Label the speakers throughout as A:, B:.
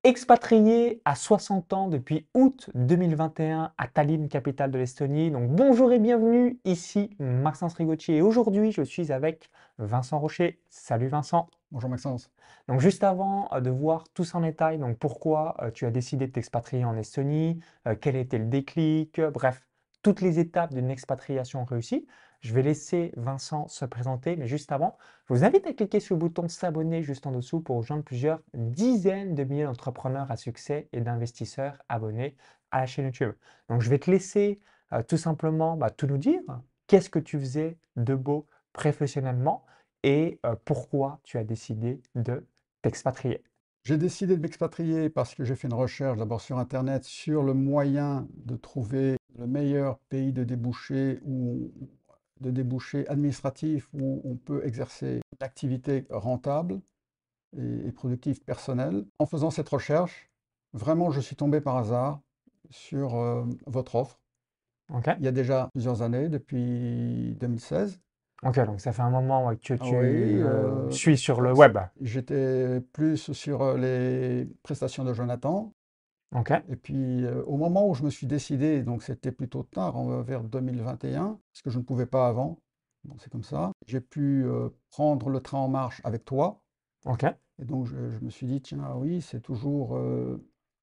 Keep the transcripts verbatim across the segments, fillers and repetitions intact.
A: Expatrié à soixante ans depuis août deux mille vingt et un à Tallinn, capitale de l'Estonie. Donc bonjour et bienvenue, ici Maxence Rigocci et aujourd'hui je suis avec Vincent Rocher. Salut Vincent.
B: Bonjour Maxence.
A: Donc juste avant euh, de voir tout ça en détail, donc pourquoi euh, tu as décidé de t'expatrier en Estonie, euh, quel était le déclic, euh, bref, toutes les étapes d'une expatriation réussie. Je vais laisser Vincent se présenter, mais juste avant, je vous invite à cliquer sur le bouton s'abonner juste en dessous pour rejoindre plusieurs dizaines de milliers d'entrepreneurs à succès et d'investisseurs abonnés à la chaîne YouTube. Donc je vais te laisser euh, tout simplement bah, tout nous dire. Qu'est-ce que tu faisais de beau professionnellement et euh, pourquoi tu as décidé de t'expatrier.
B: J'ai décidé de m'expatrier parce que j'ai fait une recherche d'abord sur Internet sur le moyen de trouver le meilleur pays de débouché ou de débouché administratif où on peut exercer une activité rentable et, et productive personnelle. En faisant cette recherche, vraiment je suis tombé par hasard sur euh, votre offre
A: Ok?
B: il y a déjà plusieurs années, depuis deux mille seize.
A: Ok, donc ça fait un moment ouais, que
B: Ah
A: tu
B: oui,
A: me
B: euh,
A: suis
B: je
A: sur
B: crois
A: le
B: que c'est-
A: web.
B: j'étais plus sur euh, les prestations de Jonathan.
A: Ok?
B: Et puis euh, au moment où je me suis décidé, donc c'était plutôt tard, en- vers deux mille vingt et un, parce que je ne pouvais pas avant, donc c'est comme ça, j'ai pu euh, prendre le train en marche avec toi.
A: Ok?
B: Et donc je, je me suis dit, tiens, ah oui, c'est toujours euh,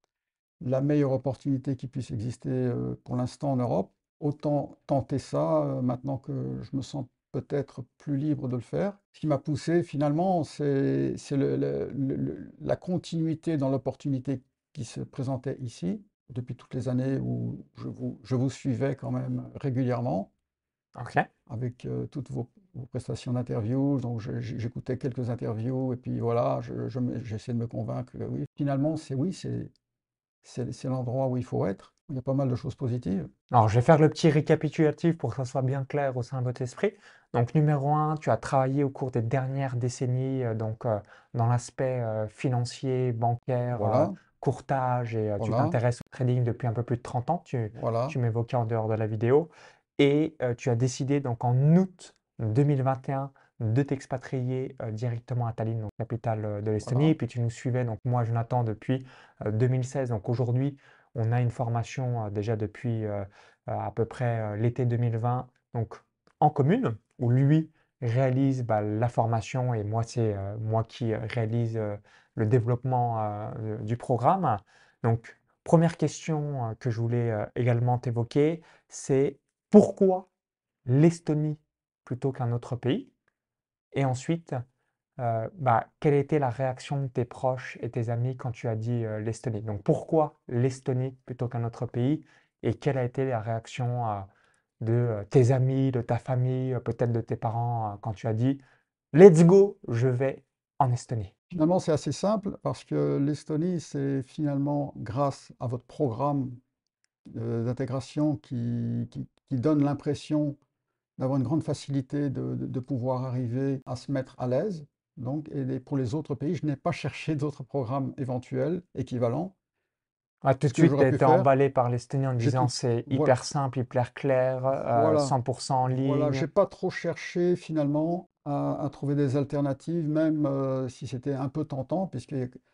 B: la meilleure opportunité qui puisse exister euh, pour l'instant en Europe. Autant tenter ça euh, maintenant que je me sens peut-être plus libre de le faire. Ce qui m'a poussé finalement, c'est c'est le- le- le- le- la continuité dans l'opportunité qui se présentait ici, depuis toutes les années où je vous, je vous suivais quand même régulièrement,
A: Ok?
B: avec euh, toutes vos, vos prestations d'interviews. Donc je- j'écoutais quelques interviews et puis voilà, je, je me- j'essaie de me convaincre que oui, finalement, c'est oui, c'est c'est c'est l'endroit où il faut être. Il y a pas mal de choses positives.
A: Alors, je vais faire le petit récapitulatif pour que ça soit bien clair au sein de votre esprit. Donc, numéro un, tu as travaillé au cours des dernières décennies euh, donc, euh, dans l'aspect euh, financier, bancaire, euh,
B: Voilà,
A: courtage et euh, tu
B: voilà,
A: t'intéresses au trading depuis un peu plus de trente ans. Tu,
B: voilà,
A: tu m'évoquais en dehors de la vidéo. Et euh, tu as décidé donc en août deux mille vingt et un de t'expatrier euh, directement à Tallinn, donc capitale euh, de l'Estonie. Et
B: voilà,
A: puis, tu nous suivais, donc moi, Jonathan, depuis euh, deux mille seize. Donc, aujourd'hui, on a une formation euh, déjà depuis euh, euh, à peu près euh, l'été deux mille vingt, donc en commune, où lui réalise bah, la formation et moi, c'est euh, moi qui euh, réalise euh, le développement euh, du programme. Donc, première question euh, que je voulais euh, également t'évoquer, c'est pourquoi l'Estonie plutôt qu'un autre pays? Et ensuite, euh, bah, quelle était la réaction de tes proches et tes amis quand tu as dit euh, l'Estonie? Donc pourquoi l'Estonie plutôt qu'un autre pays? Et quelle a été la réaction euh, de euh, tes amis, de ta famille, euh, peut-être de tes parents euh, quand tu as dit Let's go, je vais en Estonie?
B: finalement, c'est assez simple parce que l'Estonie, c'est finalement grâce à votre programme euh, d'intégration qui, qui- qui donne l'impression d'avoir une grande facilité de, de- de pouvoir arriver à se mettre à l'aise. Donc, et les- pour les autres pays, je n'ai pas cherché d'autres programmes éventuels équivalents.
A: Ah, tout
B: Ce
A: de
B: que
A: suite, tu
B: j'aurais pu
A: été
B: faire,
A: emballé par l'Estonie en
B: j'ai
A: disant
B: tout,
A: c'est
B: voilà,
A: hyper simple, hyper clair, euh,
B: voilà,
A: cent pour cent en
B: voilà,
A: ligne.
B: j'ai pas trop cherché finalement à, à trouver des alternatives, même euh, si c'était un peu tentant, puisque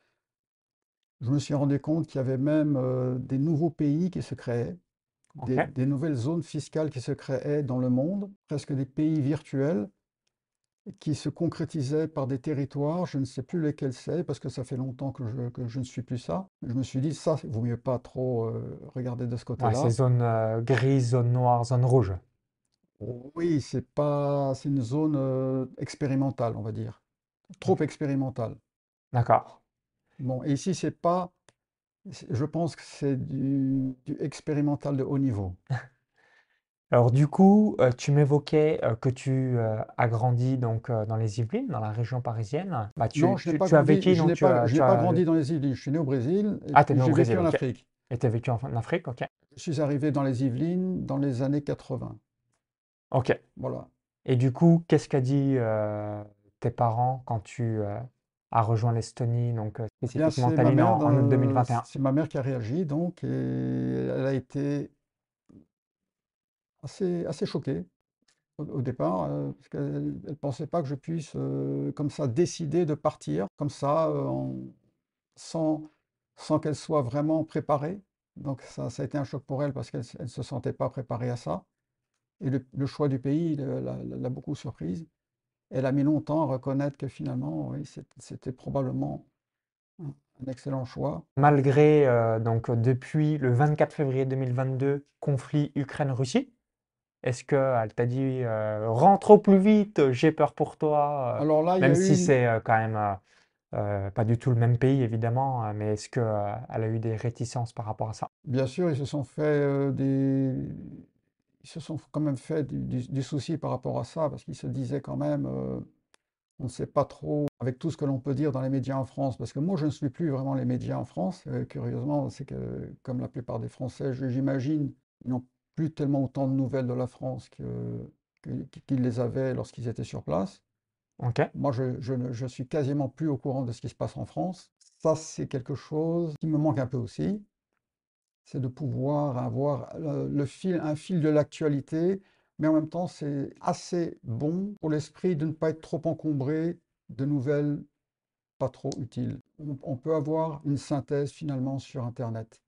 B: je me suis rendu compte qu'il y avait même euh, des nouveaux pays qui se créaient,
A: Ok.
B: des, des nouvelles zones fiscales qui se créaient dans le monde, presque des pays virtuels qui se concrétisaient par des territoires. Je ne sais plus lesquels c'est, parce que ça fait longtemps que je, que je ne suis plus ça. Je me suis dit, ça, il vaut mieux pas trop euh, regarder de ce
A: Ouais, c'est
B: côté-là.
A: zone euh, grise, zone noire, zone rouge.
B: Oui, c'est pas, c'est une zone euh, expérimentale, on va dire. Trop
A: Ok.
B: expérimentale.
A: D'accord.
B: Bon, et ici, c'est pas, c'est- je pense que c'est du, du expérimental de haut niveau.
A: Alors du coup, euh, tu m'évoquais euh, que tu euh, as grandi donc euh, dans les Yvelines, dans la région parisienne. Bah,
B: Non,
A: tu,
B: je n'ai
A: tu,
B: pas
A: tu as
B: grandi,
A: vécu,
B: je
A: donc
B: n'ai
A: tu
B: pas,
A: as,
B: je
A: tu
B: n'ai pas
A: as...
B: grandi dans les Yvelines. Je suis né au Brésil et
A: Ah, tu es
B: puis
A: né au
B: j'ai vécu
A: Brésil,
B: en
A: ok.
B: Afrique.
A: Et tu as vécu en, en Afrique, ok.
B: Je suis arrivé dans les Yvelines dans les années quatre-vingts.
A: Ok.
B: Voilà.
A: Et du coup, qu'est-ce qu'a dit euh, tes parents quand tu euh, as rejoint l'Estonie, donc euh,
B: Eh bien,
A: spécifiquement
B: c'est ma
A: Tallinn
B: mère,
A: en, en août
B: de-
A: deux mille vingt et un?
B: c'est ma mère qui a réagi donc et elle a été assez, assez choquée au, au départ euh, parce qu'elle ne pensait pas que je puisse euh, comme ça décider de partir comme ça euh, en- sans, sans qu'elle soit vraiment préparée. Donc ça, ça a été un choc pour elle parce qu'elle ne se sentait pas préparée à ça. Et le, le choix du pays le- l'a l'a beaucoup surprise. Elle a mis longtemps à reconnaître que finalement, oui, c'est- c'était probablement un, un excellent choix.
A: Malgré, euh, donc, depuis le vingt-quatre février deux mille vingt-deux, conflit Ukraine-Russie, est-ce qu'elle t'a dit euh, rentre au plus vite, j'ai peur pour toi, euh,
B: Alors là, il y
A: même
B: a eu
A: si
B: une...
A: c'est euh, quand même euh, euh, pas du tout le même pays évidemment, euh, mais est-ce qu'elle a eu des réticences par rapport à ça?
B: Bien sûr, ils se sont fait euh, des... Ils se sont quand même fait du, du- du souci par rapport à ça, parce qu'ils se disaient quand même, euh, on ne sait pas trop avec tout ce que l'on peut dire dans les médias en France, parce que moi je ne suis plus vraiment les médias en France. Euh, curieusement, c'est que comme la plupart des Français, je- j'imagine, ils n'ont plus tellement autant de nouvelles de la France que, que- qu'ils les avaient lorsqu'ils étaient sur place.
A: Ok.
B: Moi, je, je ne je suis quasiment plus au courant de ce qui se passe en France. Ça, c'est quelque chose qui me manque un peu aussi, c'est de pouvoir avoir le, le fil, un fil de l'actualité, mais en même temps, c'est assez bon pour l'esprit de ne pas être trop encombré de nouvelles pas trop utiles. On, on peut avoir une synthèse finalement sur Internet,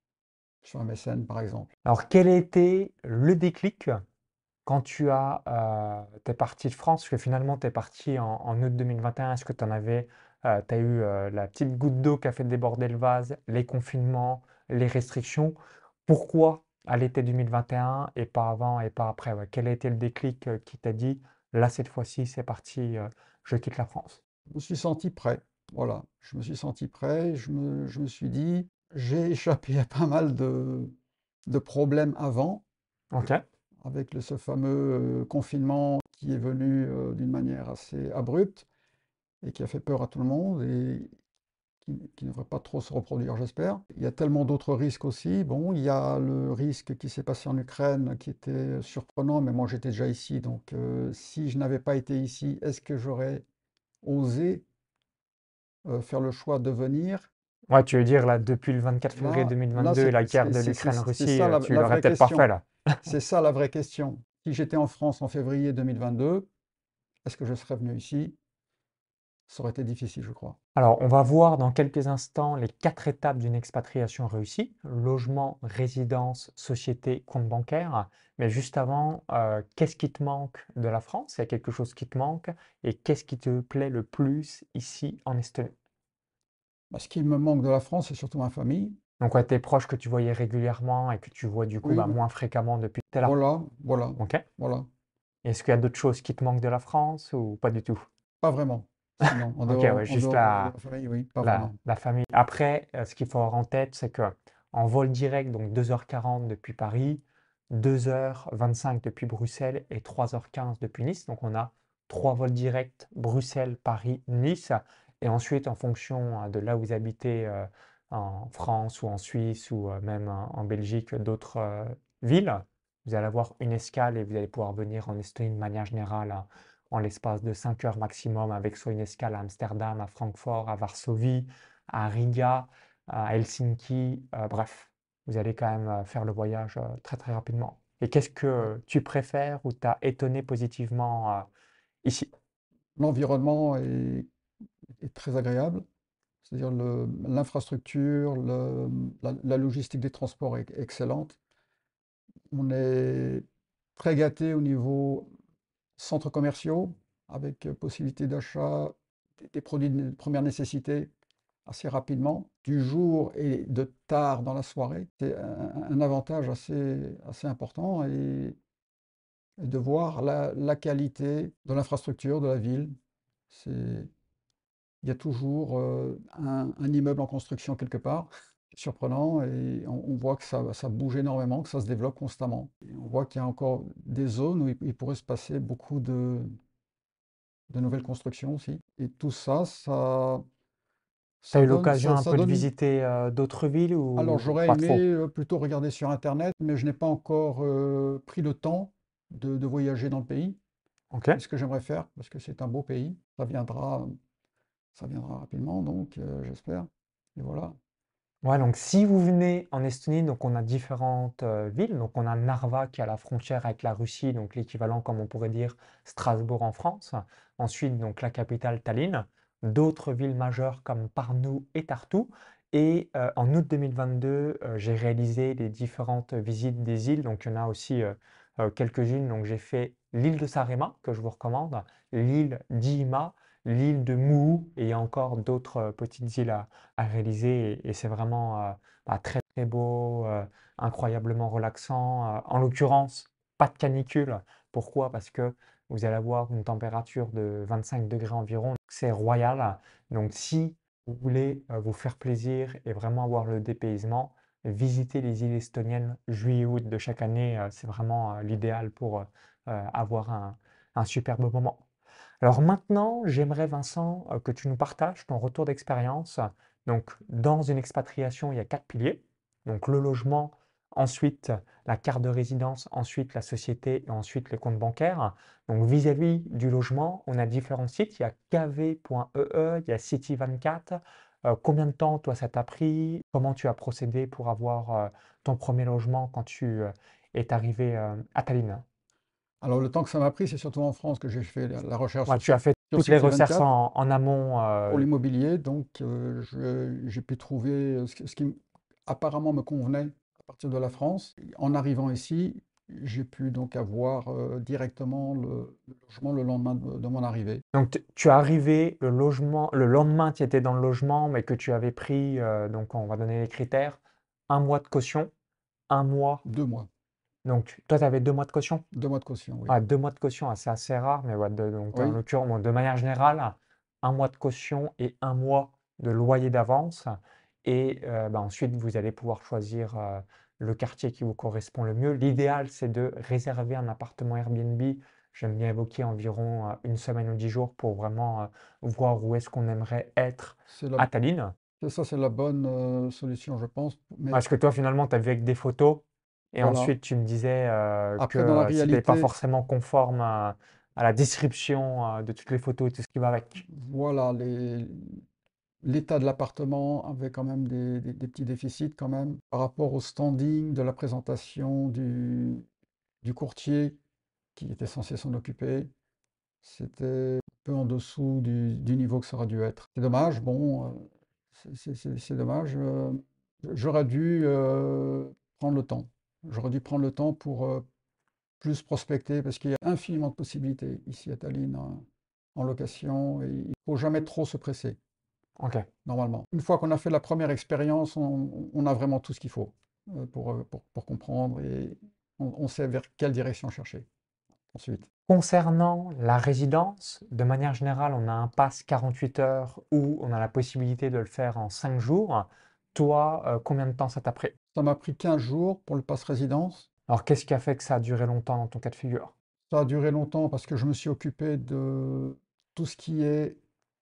B: sur M S N par exemple.
A: Alors quel a été le déclic quand tu as, euh, t'es parti de France, parce que finalement tu es parti en, en août deux mille vingt et un, est-ce que tu en avais, tu as eu euh, la petite goutte d'eau qui a fait déborder le vase, les confinements, les restrictions? Pourquoi à l'été deux mille vingt et un et un et pas avant et pas après? Ouais. Quel a été le déclic euh, qui t'a dit, là cette fois-ci c'est parti, euh, je quitte la France?
B: Je me suis senti prêt. Voilà, je me suis senti prêt. Je me, je me suis dit, j'ai échappé à pas mal de, de problèmes avant,
A: Ok.
B: avec le- ce fameux euh, confinement qui est venu euh, d'une manière assez abrupte et qui a fait peur à tout le monde et qui, qui ne devrait pas trop se reproduire, j'espère. Il y a tellement d'autres risques aussi. Bon, il y a le risque qui s'est passé en Ukraine qui était surprenant, mais moi j'étais déjà ici, donc euh, si je n'avais pas été ici, est-ce que j'aurais osé euh, faire le choix de venir?
A: Ouais, tu veux dire là, depuis le vingt-quatre février
B: Là, là,
A: deux mille vingt-deux et
B: c'est
A: la guerre
B: c'est-
A: de
B: c'est- c'est- c'est
A: l'Ukraine-Russie,
B: ça
A: euh,
B: la,
A: tu
B: la
A: l'aurais
B: vraie
A: peut-être pas fait
B: question.
A: là.
B: C'est ça la vraie question. Si j'étais en France en février deux mille vingt-deux, est-ce que je serais venu ici? Ça aurait été difficile, je crois.
A: Alors, on va voir dans quelques instants les quatre étapes d'une expatriation réussie: logement, résidence, société, compte bancaire. Mais juste avant, euh, qu'est-ce qui te manque de la France? Il y a quelque chose qui te manque et qu'est-ce qui te plaît le plus ici en Estonie?
B: Bah, ce qui me manque de la France, c'est surtout ma famille.
A: Donc, ouais, tes proches que tu voyais régulièrement et que tu vois du coup
B: Oui,
A: bah,
B: oui.
A: moins fréquemment depuis que tu es là.
B: Voilà, voilà,
A: Ok?
B: voilà.
A: Est-ce qu'il y a d'autres choses qui te manquent de la France ou pas du tout?
B: Pas vraiment. Sinon, en
A: Ok, ouais,
B: dehors, en
A: juste
B: dehors de, de
A: la,
B: la famille, oui, pas
A: La,
B: vraiment.
A: la famille. Après, euh, ce qu'il faut avoir en tête, c'est que en vol direct, donc deux heures quarante depuis Paris, deux heures vingt-cinq depuis Bruxelles et trois heures quinze depuis Nice. Donc on a trois vols directs Bruxelles, Paris, Nice. Et ensuite, en fonction euh, de là où vous habitez, euh, en France ou en Suisse ou euh, même en en Belgique, d'autres euh, villes, vous allez avoir une escale et vous allez pouvoir venir en Estonie de manière générale hein, en l'espace de cinq heures maximum, avec soit une escale à Amsterdam, à Francfort, à Varsovie, à Riga, à Helsinki, euh, bref, vous allez quand même euh, faire le voyage euh, très très rapidement. Et qu'est-ce
B: Ouais.
A: que tu préfères ou t'as étonné positivement euh, ici?
B: L'environnement est, est très agréable. C'est-à-dire le- l'infrastructure, le- la, la logistique des transports est excellente. On est très gâté au niveau centres commerciaux, avec euh, possibilité d'achat des des produits de première nécessité assez rapidement, du jour et de tard dans la soirée. C'est un, un avantage assez, assez important et, et de voir la, la qualité de l'infrastructure de la ville. C'est, il y a toujours euh, un, un immeuble en construction quelque part. C'est surprenant et on, on voit que ça, ça bouge énormément, que ça se développe constamment. Et on voit qu'il y a encore des zones où il, il pourrait se passer beaucoup de, de nouvelles constructions aussi. Et tout ça, ça,
A: T'as
B: ça
A: eu
B: donne,
A: l'occasion
B: ça,
A: un
B: ça
A: peu de
B: donne.
A: visiter euh, d'autres villes
B: Alors
A: ou
B: j'aurais
A: pas
B: aimé
A: trop?
B: euh, plutôt regarder sur Internet, mais je n'ai pas encore euh, pris le temps de, de voyager dans le pays.
A: Ok.
B: C'est ce que j'aimerais faire parce que c'est un beau pays. Ça viendra, ça viendra rapidement, donc euh, j'espère. Et voilà.
A: Ouais, donc si vous venez en Estonie, donc on a différentes euh, villes. Donc on a Narva qui est à la frontière avec la Russie, donc l'équivalent, comme on pourrait dire, Strasbourg en France. Ensuite, donc la capitale Tallinn. D'autres villes majeures comme Pärnu et Tartu. Et euh, en août deux mille vingt-deux, euh, j'ai réalisé les différentes visites des îles. Donc, il y en a aussi euh, euh, quelques-unes. Donc, j'ai fait l'île de Sarema, que je vous recommande, l'île d'Ima, l'île de Muhu, et il y a encore d'autres euh, petites îles à, à réaliser. Et, et c'est vraiment euh, bah, très, très beau, euh, incroyablement relaxant. Euh, en l'occurrence, pas de canicule. Pourquoi? Parce que vous allez avoir une température de vingt-cinq degrés environ. C'est royal. Donc, si vous voulez euh, vous faire plaisir et vraiment avoir le dépaysement, visiter les îles estoniennes juillet-août de chaque année, euh, c'est vraiment euh, l'idéal pour euh, euh, avoir un, un superbe moment. Alors maintenant, j'aimerais, Vincent, euh, que tu nous partages ton retour d'expérience. Donc, dans une expatriation, il y a quatre piliers. Donc, le logement, ensuite la carte de résidence, ensuite la société et ensuite les comptes bancaires. Donc, vis-à-vis du logement, on a différents sites. Il y a k v point e e, il y a City vingt-quatre. Euh, combien de temps, toi, ça t'a pris? Comment tu as procédé pour avoir euh, ton premier logement quand tu euh, es arrivé euh, à Tallinn?
B: Alors, le temps que ça m'a pris, c'est surtout en France que j'ai fait la, la recherche
A: Ouais,
B: sur,
A: tu as fait
B: sur
A: toutes les
B: City
A: recherches
B: vingt-quatre
A: en, en amont.
B: pour
A: euh,
B: l'immobilier. Donc, euh, je- j'ai pu trouver euh, ce, qui ce qui m- apparemment me convenait à partir de la France. En arrivant ici, j'ai pu donc avoir euh, directement le, le logement le lendemain de, de mon arrivée.
A: Donc, t- tu es arrivé le logement, le lendemain, tu étais dans le logement, mais que tu avais pris, euh, donc on va donner les critères, un mois de caution, un mois.
B: Deux mois.
A: Donc, toi, tu avais deux mois de caution?
B: Deux mois de caution, oui.
A: Ah, deux mois de caution, ah, c'est assez rare, mais ouais, de- donc, en
B: Oui,
A: l'occurrence, bon, de manière générale, un mois de caution et un mois de loyer d'avance. Et euh, bah, ensuite, vous allez pouvoir choisir euh, le quartier qui vous correspond le mieux. L'idéal, c'est de réserver un appartement Airbnb. J'aime bien évoquer environ euh, une semaine ou dix jours pour vraiment euh, voir où est-ce qu'on aimerait être
B: c'est la,
A: à Tallinn.
B: c'est ça, c'est la bonne euh, solution, je pense. Mais
A: Parce que toi, finalement, tu as vu avec des photos et
B: voilà.
A: ensuite tu me disais euh, que
B: Après, dans la
A: euh, c'était pas
B: réalité,
A: forcément conforme à, à la description euh, de toutes les photos et tout ce qui va avec.
B: voilà, les, l'état de l'appartement avait quand même des, des- des petits déficits quand même par rapport au standing de la présentation du, du courtier qui était censé s'en occuper. C'était un peu en dessous du, du niveau que ça aurait dû être. C'est dommage, bon, euh, c'est c'est- c'est- c'est dommage. euh, J'aurais dû euh, prendre le temps. J'aurais dû prendre le temps pour euh, plus prospecter parce qu'il y a infiniment de possibilités ici à Tallinn en, en location et il ne faut jamais trop se presser.
A: Ok.
B: Normalement. Une fois qu'on a fait la première expérience, on, on a vraiment tout ce qu'il faut euh, pour, euh, pour, pour comprendre et on, on sait vers quelle direction chercher ensuite.
A: Concernant la résidence, de manière générale, on a un pass quarante-huit heures ou on a la possibilité de le faire en cinq jours. Toi, euh, combien de temps ça t'a pris?
B: Ça m'a pris quinze jours pour le pass résidence.
A: Alors, qu'est-ce qui a fait que ça a duré longtemps dans ton cas de figure?
B: Ça a duré longtemps parce que je me suis occupé de tout ce qui est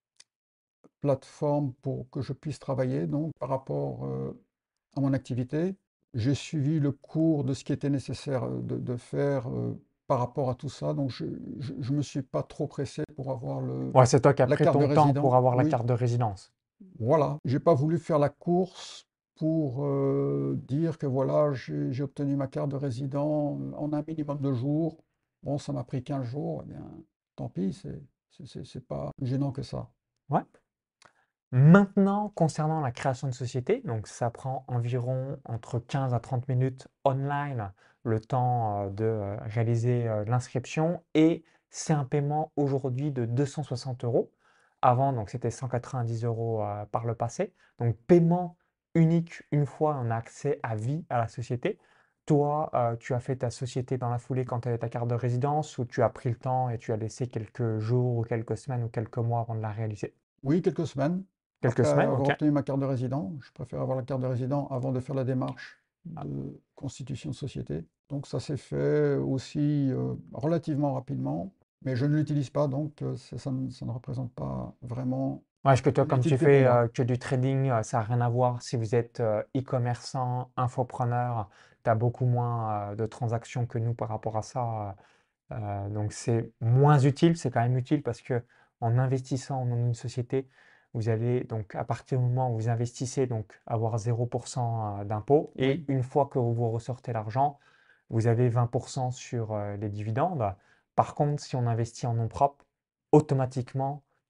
B: plateforme pour que je puisse travailler, donc par rapport euh, à mon activité. J'ai suivi le cours de ce qui était nécessaire euh, de, de faire euh, par rapport à tout ça. Donc je ne me suis pas trop pressé pour avoir le,
A: Ouais, c'est toi qui as
B: la
A: pris
B: carte de
A: ton temps pour
B: résident.
A: avoir la
B: Oui,
A: carte de résidence.
B: voilà. J'ai pas voulu faire la course pour euh, dire que voilà, j'ai j'ai obtenu ma carte de résident en un minimum de jours. Bon, ça m'a pris quinze jours. Eh bien, tant pis, c'est c'est- c'est- c'est pas gênant que ça.
A: Ouais. Maintenant, concernant la création de société, donc ça prend environ entre quinze à trente minutes online le temps euh, de euh, réaliser euh, l'inscription et c'est un paiement aujourd'hui de deux cent soixante euros. Avant, donc c'était cent quatre-vingt-dix euros euh, par le passé. Donc paiement unique une fois, on a accès à vie à la société. Toi, euh, tu as fait ta société dans la foulée quand tu avais ta carte de résidence ou tu as pris le temps et tu as laissé quelques jours ou quelques semaines ou quelques mois avant de la réaliser?
B: Oui, quelques semaines.
A: Quelques
B: Après
A: semaines,
B: avoir
A: ok.
B: obtenu ma carte de résident, je préfère avoir la carte de résident avant de faire la démarche de constitution de société. Donc ça s'est fait aussi euh, relativement rapidement, mais je ne l'utilise pas, donc euh, ça, ça ne, ça ne représente pas vraiment
A: Ouais, parce que toi,
B: une
A: comme tu
B: utilité pour
A: fais
B: moi.
A: euh, que du trading, euh, ça n'a rien à voir. Si vous êtes euh, e-commerçant, infopreneur, tu as beaucoup moins euh, de transactions que nous par rapport à ça. euh, euh, donc, c'est moins utile. C'est quand même utile parce que en investissant dans une société, vous allez, donc, à partir du moment où vous investissez, donc, avoir zéro pour cent euh, d'impôt. Et
B: Oui,
A: une fois que vous ressortez l'argent, vous avez vingt pour cent sur euh, les dividendes. Par contre, si on investit en nom propre, automatiquement,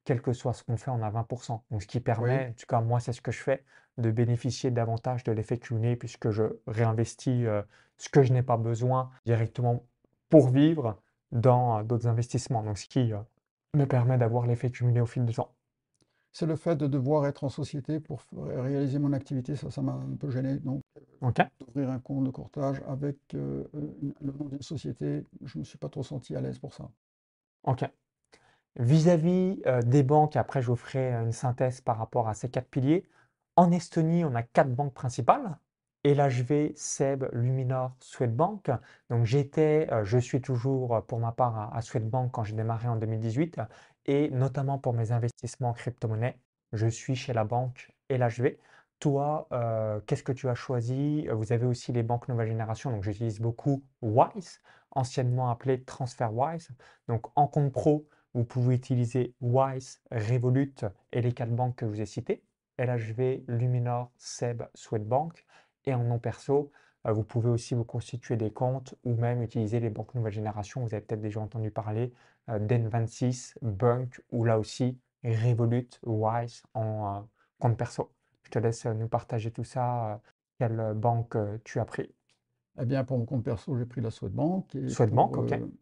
A: quel que soit ce qu'on fait, on a vingt pour cent. Donc, ce qui
B: Oui,
A: permet, en tout cas, moi, c'est ce que je fais, de bénéficier davantage de l'effet cumulé puisque je réinvestis euh, ce que je n'ai pas besoin directement pour vivre dans euh, d'autres investissements. Donc, ce qui euh, me permet d'avoir l'effet cumulé au fil du temps.
B: c'est le fait de devoir être en société pour f- réaliser mon activité, ça, ça m'a un peu gêné. Donc,
A: OK?
B: d'ouvrir un compte de courtage avec euh, une- le nom d'une société, je ne me suis pas trop senti à l'aise pour ça.
A: OK. Vis-à-vis euh, des banques, après je vous ferai euh, une synthèse par rapport à ces quatre piliers. En Estonie, on a quatre banques principales. L H V, SEB, Luminor, Swedbank. Donc j'étais, euh, je suis toujours euh, pour ma part à, à Swedbank quand j'ai démarré en deux mille dix-huit et notamment pour mes investissements en crypto-monnaie, je suis chez la banque L H V. Toi, euh, qu'est-ce que tu as choisi? Vous avez aussi les banques nouvelle génération, donc j'utilise beaucoup Wise, anciennement appelé TransferWise. Donc en compte pro, vous pouvez utiliser Wise, Revolut et les quatre banques que je vous ai citées, L H V, Luminor, SEB, Swedbank. Et en non perso, euh, vous pouvez aussi vous constituer des comptes ou même utiliser les banques nouvelle génération. Vous avez peut-être déjà entendu parler euh, d'N vingt-six, Bunk ou là aussi Revolut, Wise en euh, compte perso. Je te laisse euh, nous partager tout ça. euh, quelle euh, banque euh, tu as pris?
B: Eh bien, pour mon compte perso, j'ai pris la Swedbank et
A: Swedbank,
B: pour
A: ok.
B: euh,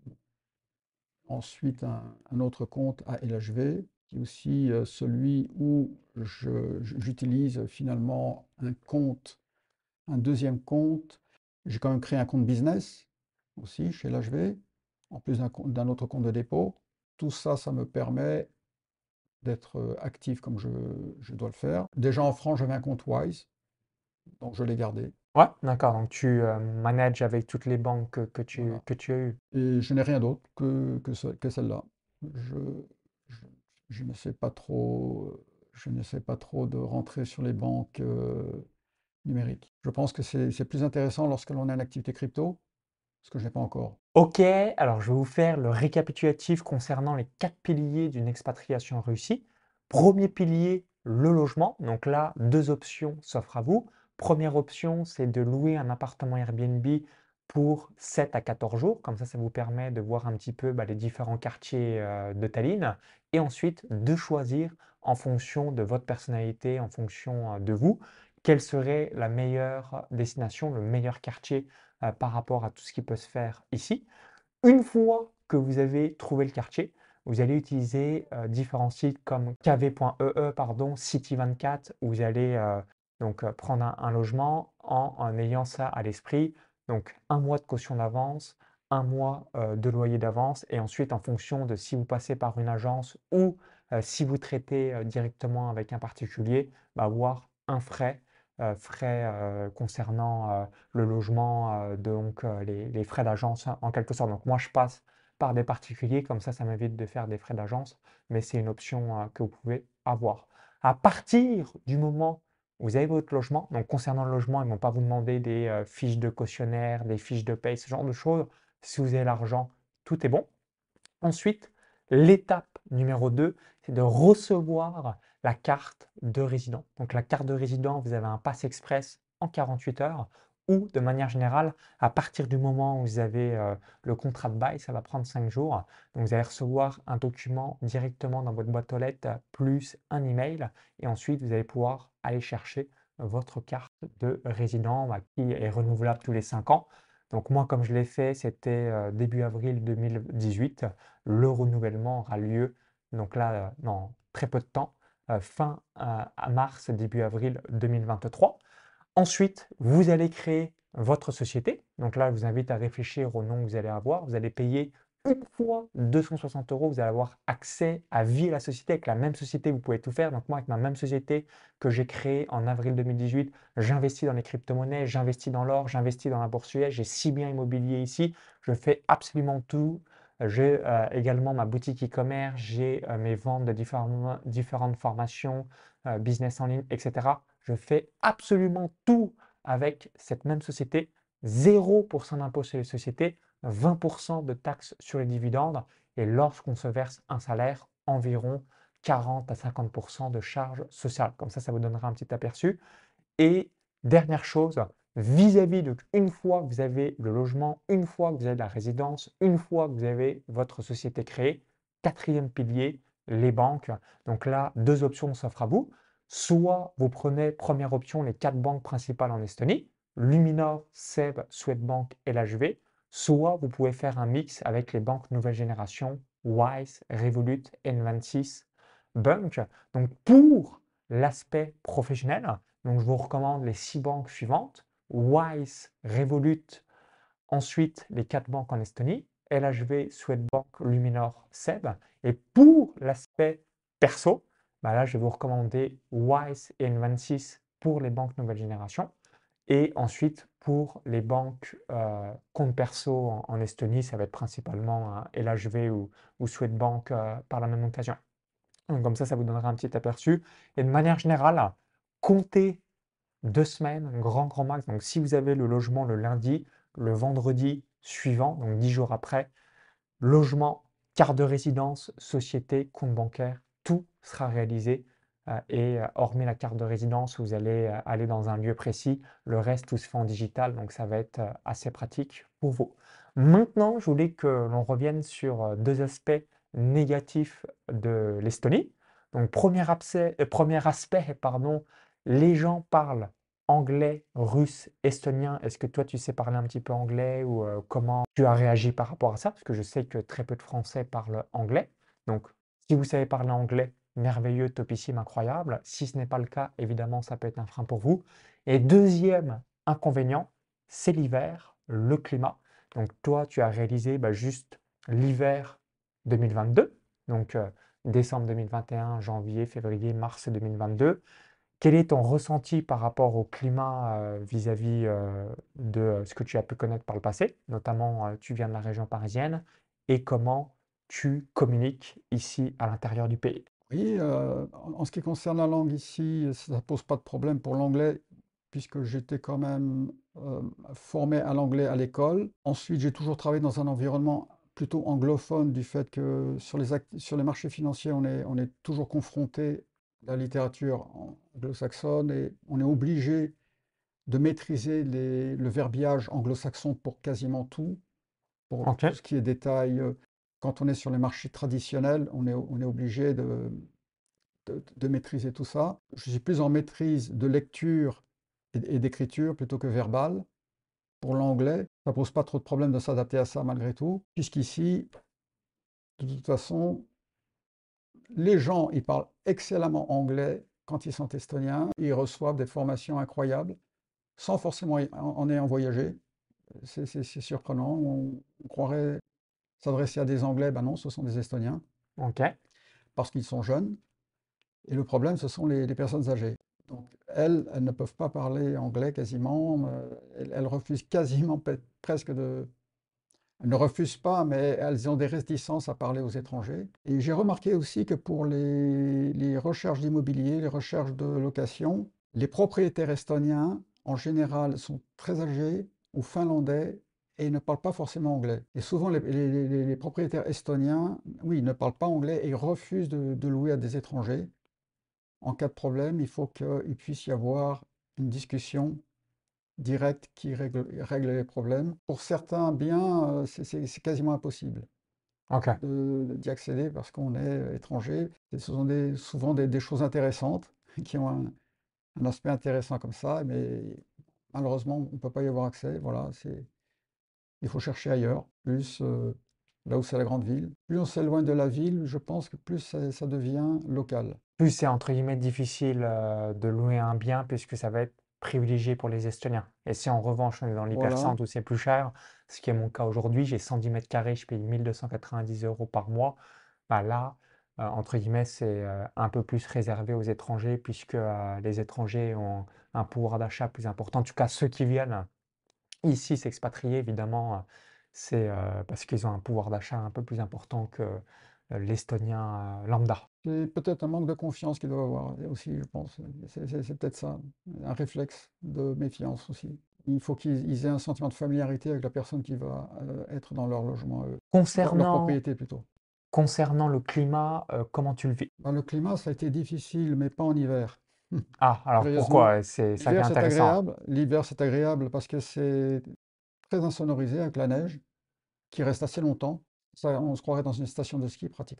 B: ensuite un, un autre compte à L H V, qui est aussi euh, celui où je- je- j'utilise finalement un compte, un deuxième compte. J'ai quand même créé un compte business aussi chez L H V, en plus d'un compte- d'un autre compte de dépôt. Tout ça, ça me permet d'être euh, actif comme je, je dois le faire. Déjà en France, j'avais un compte Wise, donc je l'ai gardé.
A: Ouais, d'accord. Donc tu euh, manages avec toutes les banques que, que tu,
B: Voilà.
A: que tu as eues.
B: Et je n'ai rien d'autre que, que, ce- que celle-là. Je, je, je ne sais pas trop, je ne sais pas trop de rentrer sur les banques euh, numériques. Je pense que c'est c'est plus intéressant lorsque l'on a une activité crypto, ce que je n'ai pas encore.
A: Ok, alors je vais vous faire le récapitulatif concernant les quatre piliers d'une expatriation réussie. Premier pilier, le logement. Donc là, deux options s'offrent à vous. Première option, c'est de louer un appartement Airbnb pour sept à quatorze jours. Comme ça, ça vous permet de voir un petit peu bah, les différents quartiers euh, de Tallinn. Et ensuite, de choisir en fonction de votre personnalité, en fonction euh, de vous, quelle serait la meilleure destination, le meilleur quartier euh, par rapport à tout ce qui peut se faire ici. Une fois que vous avez trouvé le quartier, vous allez utiliser euh, différents sites comme k v point e e, pardon, City vingt-quatre, où vous allez euh, donc euh, prendre un, un logement en, en ayant ça à l'esprit. Donc un mois de caution d'avance, un mois euh, de loyer d'avance, et ensuite en fonction de si vous passez par une agence ou euh, si vous traitez euh, directement avec un particulier, bah, avoir un frais, euh, frais euh, concernant euh, le logement, euh, donc euh, les, les frais d'agence hein, en quelque sorte. Donc moi, je passe par des particuliers, comme ça, ça m'évite de faire des frais d'agence, mais c'est une option euh, que vous pouvez avoir. À partir du moment où vous avez votre logement, donc concernant le logement, ils ne vont pas vous demander des euh, fiches de cautionnaire, des fiches de paye, ce genre de choses. Si vous avez l'argent, tout est bon. Ensuite, l'étape numéro deux, c'est de recevoir la carte de résident. Donc la carte de résident, vous avez un pass express en quarante-huit heures ou de manière générale, à partir du moment où vous avez euh, le contrat de bail, ça va prendre cinq jours. Donc vous allez recevoir un document directement dans votre boîte aux lettres plus un email et ensuite vous allez pouvoir aller chercher votre carte de résident bah, qui est renouvelable tous les cinq ans. Donc moi, comme je l'ai fait, c'était euh, début avril deux mille dix-huit. Le renouvellement aura lieu, donc là, euh, dans très peu de temps, euh, fin euh, à mars, début avril deux mille vingt-trois. Ensuite, vous allez créer votre société. Donc là, je vous invite à réfléchir au nom que vous allez avoir. Vous allez payer une fois deux cent soixante euros. Vous allez avoir accès à vie à la société. Avec la même société, vous pouvez tout faire. Donc moi, avec ma même société que j'ai créée en avril deux mille dix-huit, j'investis dans les crypto-monnaies, j'investis dans l'or, j'investis dans la bourse U S, j'ai six biens immobiliers ici. Je fais absolument tout. J'ai euh, également ma boutique e-commerce, j'ai euh, mes ventes de différents- différentes formations, euh, business en ligne, et cetera. Je fais absolument tout avec cette même société. zéro pour cent d'impôt sur les sociétés, vingt pour cent de taxes sur les dividendes et lorsqu'on se verse un salaire, environ quarante à cinquante pour cent de charges sociales. Comme ça, ça vous donnera un petit aperçu. Et dernière chose, vis-à-vis de une fois que vous avez le logement, une fois que vous avez la résidence, une fois que vous avez votre société créée, quatrième pilier, les banques. Donc là, deux options s'offrent à vous. Soit vous prenez, première option, les quatre banques principales en Estonie, Luminor, S E B, Swedbank et l'H V. Soit vous pouvez faire un mix avec les banques nouvelle génération, Wise, Revolut, N vingt-six, Bunk. Donc pour l'aspect professionnel, donc je vous recommande les six banques suivantes, Wise, Revolut, ensuite les quatre banques en Estonie, L H V, Swedbank, Luminor, S E B. Et pour l'aspect perso, bah là je vais vous recommander Wise et N vingt-six pour les banques nouvelle génération. Et ensuite, pour les banques euh, compte perso en, en Estonie, ça va être principalement euh, L H V ou, ou Swedbank euh, par la même occasion. Donc, comme ça, ça vous donnera un petit aperçu. Et de manière générale, comptez deux semaines, grand, grand max. Donc, si vous avez le logement le lundi, le vendredi suivant, donc dix jours après, logement, carte de résidence, société, compte bancaire, tout sera réalisé. euh, Et euh, hormis la carte de résidence, vous allez euh, aller dans un lieu précis. Le reste, tout se fait en digital, donc ça va être euh, assez pratique pour vous. Maintenant, je voulais que l'on revienne sur euh, deux aspects négatifs de l'Estonie. Donc, premier aspect, euh, premier aspect, pardon, les gens parlent anglais, russe, estonien. Est-ce que toi, tu sais parler un petit peu anglais ou euh, comment tu as réagi par rapport à ça? Parce que je sais que très peu de Français parlent anglais. Donc, si vous savez parler anglais, merveilleux, topissime, incroyable. Si ce n'est pas le cas, évidemment, ça peut être un frein pour vous. Et deuxième inconvénient, c'est l'hiver, le climat. Donc, toi, tu as réalisé bah, juste l'hiver deux mille vingt-deux, donc euh, décembre deux mille vingt et un, janvier, février, mars deux mille vingt-deux. Quel est ton ressenti par rapport au climat euh, vis-à-vis euh, de euh, ce que tu as pu connaître par le passé, notamment euh, tu viens de la région parisienne, et comment tu communiques ici à l'intérieur du pays?
B: Oui, euh, en en ce qui concerne la langue ici, ça ne pose pas de problème pour l'anglais, puisque j'étais quand même euh, formé à l'anglais à l'école. Ensuite, j'ai toujours travaillé dans un environnement plutôt anglophone, du fait que sur les, act- sur les marchés financiers, on est, on est toujours confronté à la littérature anglo-saxonne et on est obligé de maîtriser les- le verbiage anglo-saxon pour quasiment tout, pour
A: Ok,
B: tout ce qui est détail. euh, Quand on est sur les marchés traditionnels, on est, on est obligé de de, de maîtriser tout ça. Je suis plus en maîtrise de lecture et, et d'écriture plutôt que verbale. Pour l'anglais, ça pose pas trop de problème de s'adapter à ça malgré tout, puisqu'ici, de toute façon, les gens, ils parlent excellemment anglais quand ils sont estoniens, ils reçoivent des formations incroyables, sans forcément en, en ayant voyagé. C'est c'est- c'est surprenant, on, on croirait s'adresser à des Anglais, ben non, ce sont des Estoniens,
A: ok,
B: parce qu'ils sont jeunes. Et le problème, ce sont les, les personnes âgées. Donc, elles, elles ne peuvent pas parler anglais quasiment. euh, Elles, elles refusent quasiment pe- presque de... Elles ne refusent pas, mais elles ont des réticences à parler aux étrangers. Et j'ai remarqué aussi que pour les, les recherches d'immobilier, les recherches de location, les propriétaires estoniens, en général, sont très âgés ou finlandais et ils ne parlent pas forcément anglais. Et souvent, les, les- les- les propriétaires estoniens, oui, ils ne parlent pas anglais et ils refusent de de louer à des étrangers. En cas de problème, il faut qu'il puisse y avoir une discussion directe qui règle, règle les problèmes. Pour certains biens, euh, c'est c'est- c'est quasiment impossible
A: ok.
B: de- d'y accéder parce qu'on est étranger. Et ce sont des- souvent des, des choses intéressantes qui ont un, un aspect intéressant comme ça, mais malheureusement, on ne peut pas y avoir accès. Voilà, c'est, il faut chercher ailleurs, plus euh, là où c'est la grande ville. Plus on s'éloigne de la ville, je pense que plus ça, ça devient local.
A: Plus c'est entre guillemets difficile euh, de louer un bien puisque ça va être privilégié pour les Estoniens. Et si en revanche on est dans
B: Voilà.
A: l'hypercentre où c'est plus cher, ce qui est mon cas aujourd'hui, j'ai cent dix mètres carrés, je paye mille deux cent quatre-vingt-dix euros par mois. Bah là, euh, entre guillemets, c'est euh, un peu plus réservé aux étrangers puisque euh, les étrangers ont un pouvoir d'achat plus important. En tout cas, ceux qui viennent ici s'expatrier, évidemment, euh, c'est euh, parce qu'ils ont un pouvoir d'achat un peu plus important que euh, l'Estonien euh, lambda.
B: C'est peut-être un manque de confiance qu'ils doivent avoir aussi, je pense. C'est c'est- c'est peut-être ça, un réflexe de méfiance aussi. Il faut qu'ils ils aient un sentiment de familiarité avec la personne qui va euh, être dans leur logement, à eux. Leur, leur
A: Concernant,
B: propriété plutôt.
A: concernant le climat, euh, comment tu le vis?
B: Ben, le climat, ça a été difficile, mais pas en hiver.
A: Ah, alors
B: Curieusement,
A: pourquoi? C'est ça qui est
B: l'hiver c'est
A: intéressant.
B: agréable. L'hiver c'est agréable parce que c'est très insonorisé avec la neige qui reste assez longtemps. Ça, on se croirait dans une station de ski pratiquement.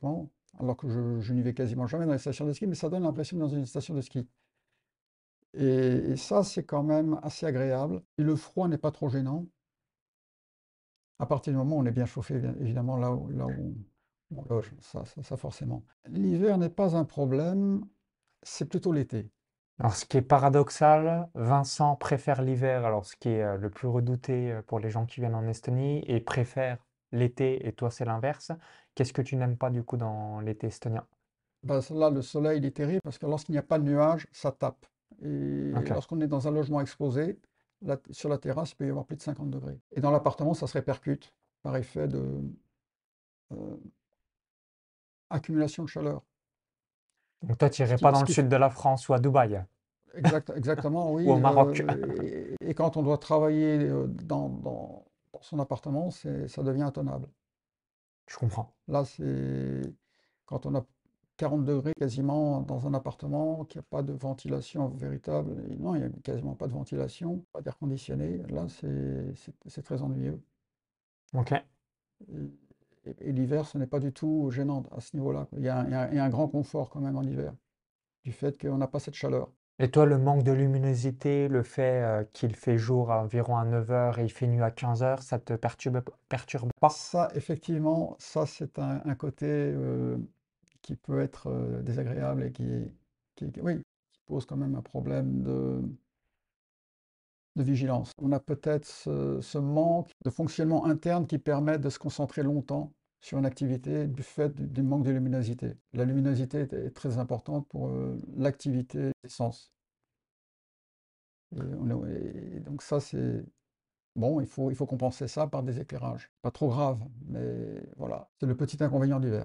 B: alors que je, je n'y vais quasiment jamais dans les stations de ski, mais ça donne l'impression d'être dans une station de ski. Et, et ça, c'est quand même assez agréable. Et le froid n'est pas trop gênant, à partir du moment où on est bien chauffé, bien évidemment, là où, là où on loge, ça, ça, ça forcément. L'hiver n'est pas un problème, c'est plutôt l'été.
A: Alors, ce qui est paradoxal, Vincent préfère l'hiver, alors ce qui est euh, le plus redouté euh, pour les gens qui viennent en Estonie, et préfère l'été, et toi c'est l'inverse. Qu'est-ce que tu n'aimes pas du coup dans l'été estonien?
B: Bah, là, le soleil, il est terrible parce que lorsqu'il n'y a pas de nuages, ça tape. Et
A: Ok.
B: lorsqu'on est dans un logement exposé, la- sur la terrasse, il peut y avoir plus de cinquante degrés. Et dans l'appartement, ça se répercute par effet de euh, accumulation de chaleur.
A: Donc toi, tu
B: Ce
A: n'irais pas
B: qui,
A: dans
B: ce
A: le
B: qui
A: sud
B: fait
A: de la France ou à Dubaï
B: exact- exactement,
A: ou
B: oui.
A: au Maroc.
B: euh, et, et quand on doit travailler euh, dans, dans- dans son appartement, c'est, ça devient intenable.
A: Je comprends.
B: Là, c'est quand on a quarante degrés quasiment dans un appartement, qu'il n'y a pas de ventilation véritable. Et non, il n'y a quasiment pas de ventilation, pas d'air conditionné. Là, c'est c'est- c'est très ennuyeux.
A: Ok.
B: Et, et- et l'hiver, ce n'est pas du tout gênant à ce niveau-là. Il y a, un il y a un- il y a un grand confort quand même en hiver, du fait qu'on n'a pas cette chaleur.
A: Et toi, le manque de luminosité, le fait euh, qu'il fait jour à environ à neuf heures et il fait nuit à quinze heures, ça te perturbe, perturbe pas?
B: Ça, effectivement, ça, c'est un, un côté euh, qui peut être euh, désagréable et qui, qui, qui- oui, qui pose quand même un problème de de vigilance. On a peut-être ce, ce manque de fonctionnement interne qui permet de se concentrer longtemps sur une activité du fait du, du manque de luminosité. La luminosité est, est très importante pour euh, l'activité des sens. Et, on est- et donc ça, c'est bon, il faut, il faut compenser ça par des éclairages. Pas trop grave, mais voilà, c'est le petit inconvénient d'hiver.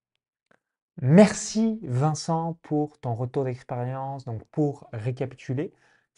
A: Merci Vincent pour ton retour d'expérience. Donc pour récapituler,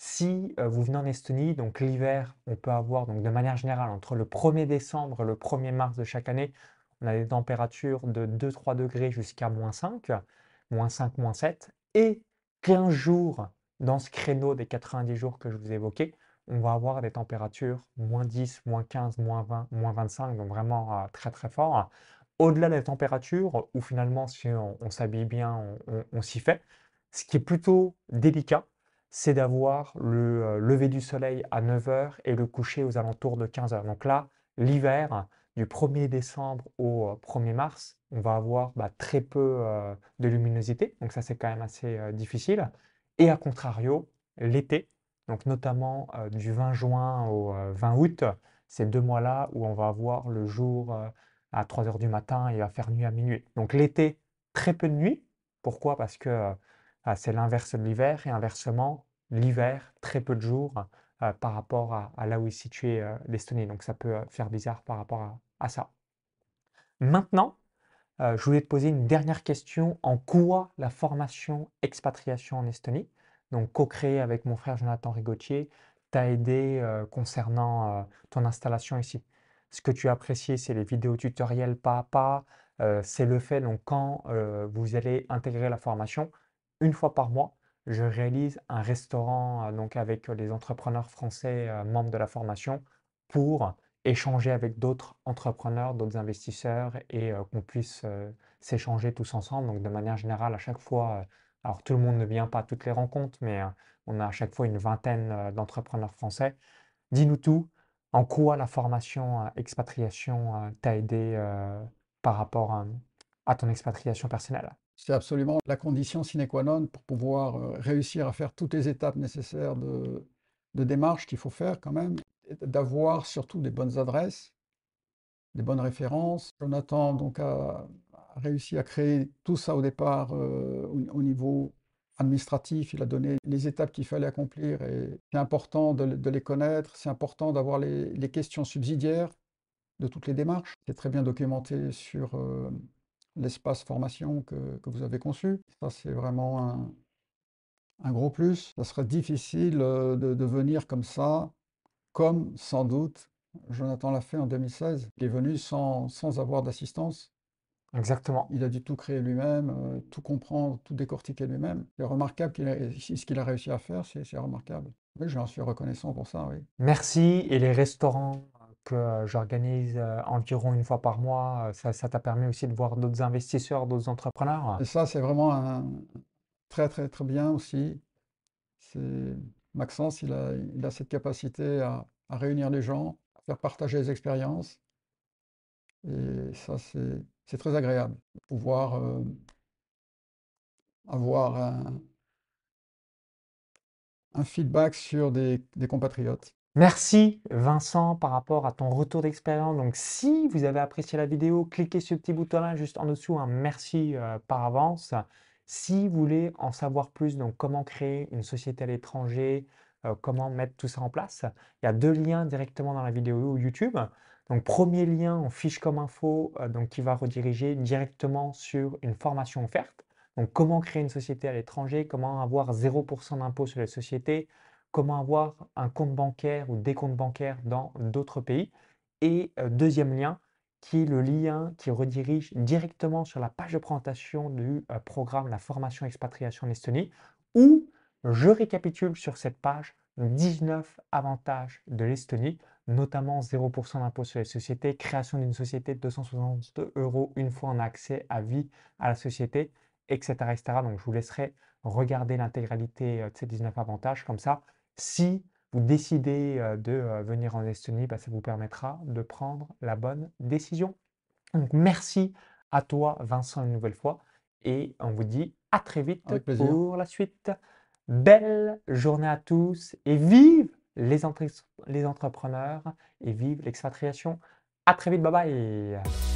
A: si euh, vous venez en Estonie, donc l'hiver, on peut avoir donc de manière générale entre le premier décembre et le premier mars de chaque année, on a des températures de deux trois degrés jusqu'à moins cinq, moins cinq, moins sept, et quinze jours dans ce créneau des quatre-vingt-dix jours que je vous ai évoqué, on va avoir des températures moins dix, moins quinze, moins vingt, moins vingt-cinq, donc vraiment euh, très très fort. Au-delà des températures, où finalement, si on, on s'habille bien, on, on- on s'y fait, ce qui est plutôt délicat, c'est d'avoir le euh, lever du soleil à neuf heures et le coucher aux alentours de quinze heures. Donc là, l'hiver, du premier décembre au euh, premier mars, on va avoir bah, très peu euh, de luminosité. Donc ça, c'est quand même assez euh, difficile. Et à contrario, l'été, donc notamment euh, du vingt juin au euh, vingt août, ces deux mois-là où on va avoir le jour euh, à trois heures du matin et il va faire nuit à minuit. Donc l'été, très peu de nuit. Pourquoi? Parce que euh, ah, c'est l'inverse de l'hiver et inversement, l'hiver, très peu de jours euh, par rapport à, à là où est située euh, l'Estonie. Donc ça peut euh, faire bizarre par rapport à, à ça. Maintenant, euh, je voulais te poser une dernière question. En quoi la formation expatriation en Estonie, donc co-créée avec mon frère Jonathan Rigotier, t'a aidé euh, concernant euh, ton installation ici? Ce que tu as apprécié, c'est les vidéos tutoriels pas à pas, euh, c'est le fait, donc quand euh, vous allez intégrer la formation, une fois par mois, je réalise un restaurant euh, donc avec les entrepreneurs français euh, membres de la formation pour échanger avec d'autres entrepreneurs, d'autres investisseurs et euh, qu'on puisse euh, s'échanger tous ensemble. Donc de manière générale, à chaque fois, euh, alors tout le monde ne vient pas à toutes les rencontres, mais euh, on a à chaque fois une vingtaine euh, d'entrepreneurs français. Dis-nous tout, en quoi la formation euh, expatriation euh, t'a aidé euh, par rapport euh, à ton expatriation personnelle.
B: C'est absolument la condition sine qua non pour pouvoir euh, réussir à faire toutes les étapes nécessaires de, de démarche qu'il faut faire quand même, et d'avoir surtout des bonnes adresses, des bonnes références. Jonathan donc a, a réussi à créer tout ça au départ euh, au, au niveau administratif. Il a donné les étapes qu'il fallait accomplir et c'est important de, de les connaître, c'est important d'avoir les, les questions subsidiaires de toutes les démarches. C'est très bien documenté sur euh, l'espace formation que, que vous avez conçu. Ça, c'est vraiment un, un gros plus. Ça serait difficile euh, de, de venir comme ça, comme sans doute Jonathan l'a fait en deux mille seize. Il est venu sans, sans avoir d'assistance.
A: Exactement.
B: Il a dû tout créer lui-même, euh, tout comprendre, tout décortiquer lui-même. C'est remarquable qu'il a- ce qu'il a réussi à faire, c'est c'est remarquable. Oui, j'en suis reconnaissant pour ça, oui.
A: Merci et les restaurants que euh, j'organise euh, environ une fois par mois. Euh, Ça, ça t'a permis aussi de voir d'autres investisseurs, d'autres entrepreneurs?
B: Et ça, c'est vraiment un très, très, très bien aussi. C'est Maxence, il a, il a cette capacité à, à réunir les gens, à faire partager les expériences. Et ça, c'est c'est très agréable de pouvoir euh, avoir un, un feedback sur des, des compatriotes.
A: Merci Vincent par rapport à ton retour d'expérience. Donc si vous avez apprécié la vidéo, cliquez sur le petit bouton-là juste en dessous, un merci euh, par avance. Si vous voulez en savoir plus, donc comment créer une société à l'étranger, euh, comment mettre tout ça en place, il y a deux liens directement dans la vidéo YouTube. Donc premier lien en fiche comme info, euh, donc qui va rediriger directement sur une formation offerte. Donc comment créer une société à l'étranger, comment avoir zéro pour cent d'impôt sur les sociétés, comment avoir un compte bancaire ou des comptes bancaires dans d'autres pays. Et euh, deuxième lien, qui est le lien qui redirige directement sur la page de présentation du euh, programme La formation expatriation en Estonie, où je récapitule sur cette page dix-neuf avantages de l'Estonie, notamment zéro pour cent d'impôt sur les sociétés, création d'une société de deux cent soixante euros une fois on a accès à vie à la société, et cetera, et cetera. Donc je vous laisserai regarder l'intégralité euh, de ces dix-neuf avantages comme ça. Si vous décidez euh, de euh, venir en Estonie, bah, ça vous permettra de prendre la bonne décision. Donc merci à toi Vincent une nouvelle fois et on vous dit à très vite
B: Avec plaisir.
A: pour la suite. Belle journée à tous et vive les, entre- les entrepreneurs et vive l'expatriation. À très vite, bye bye.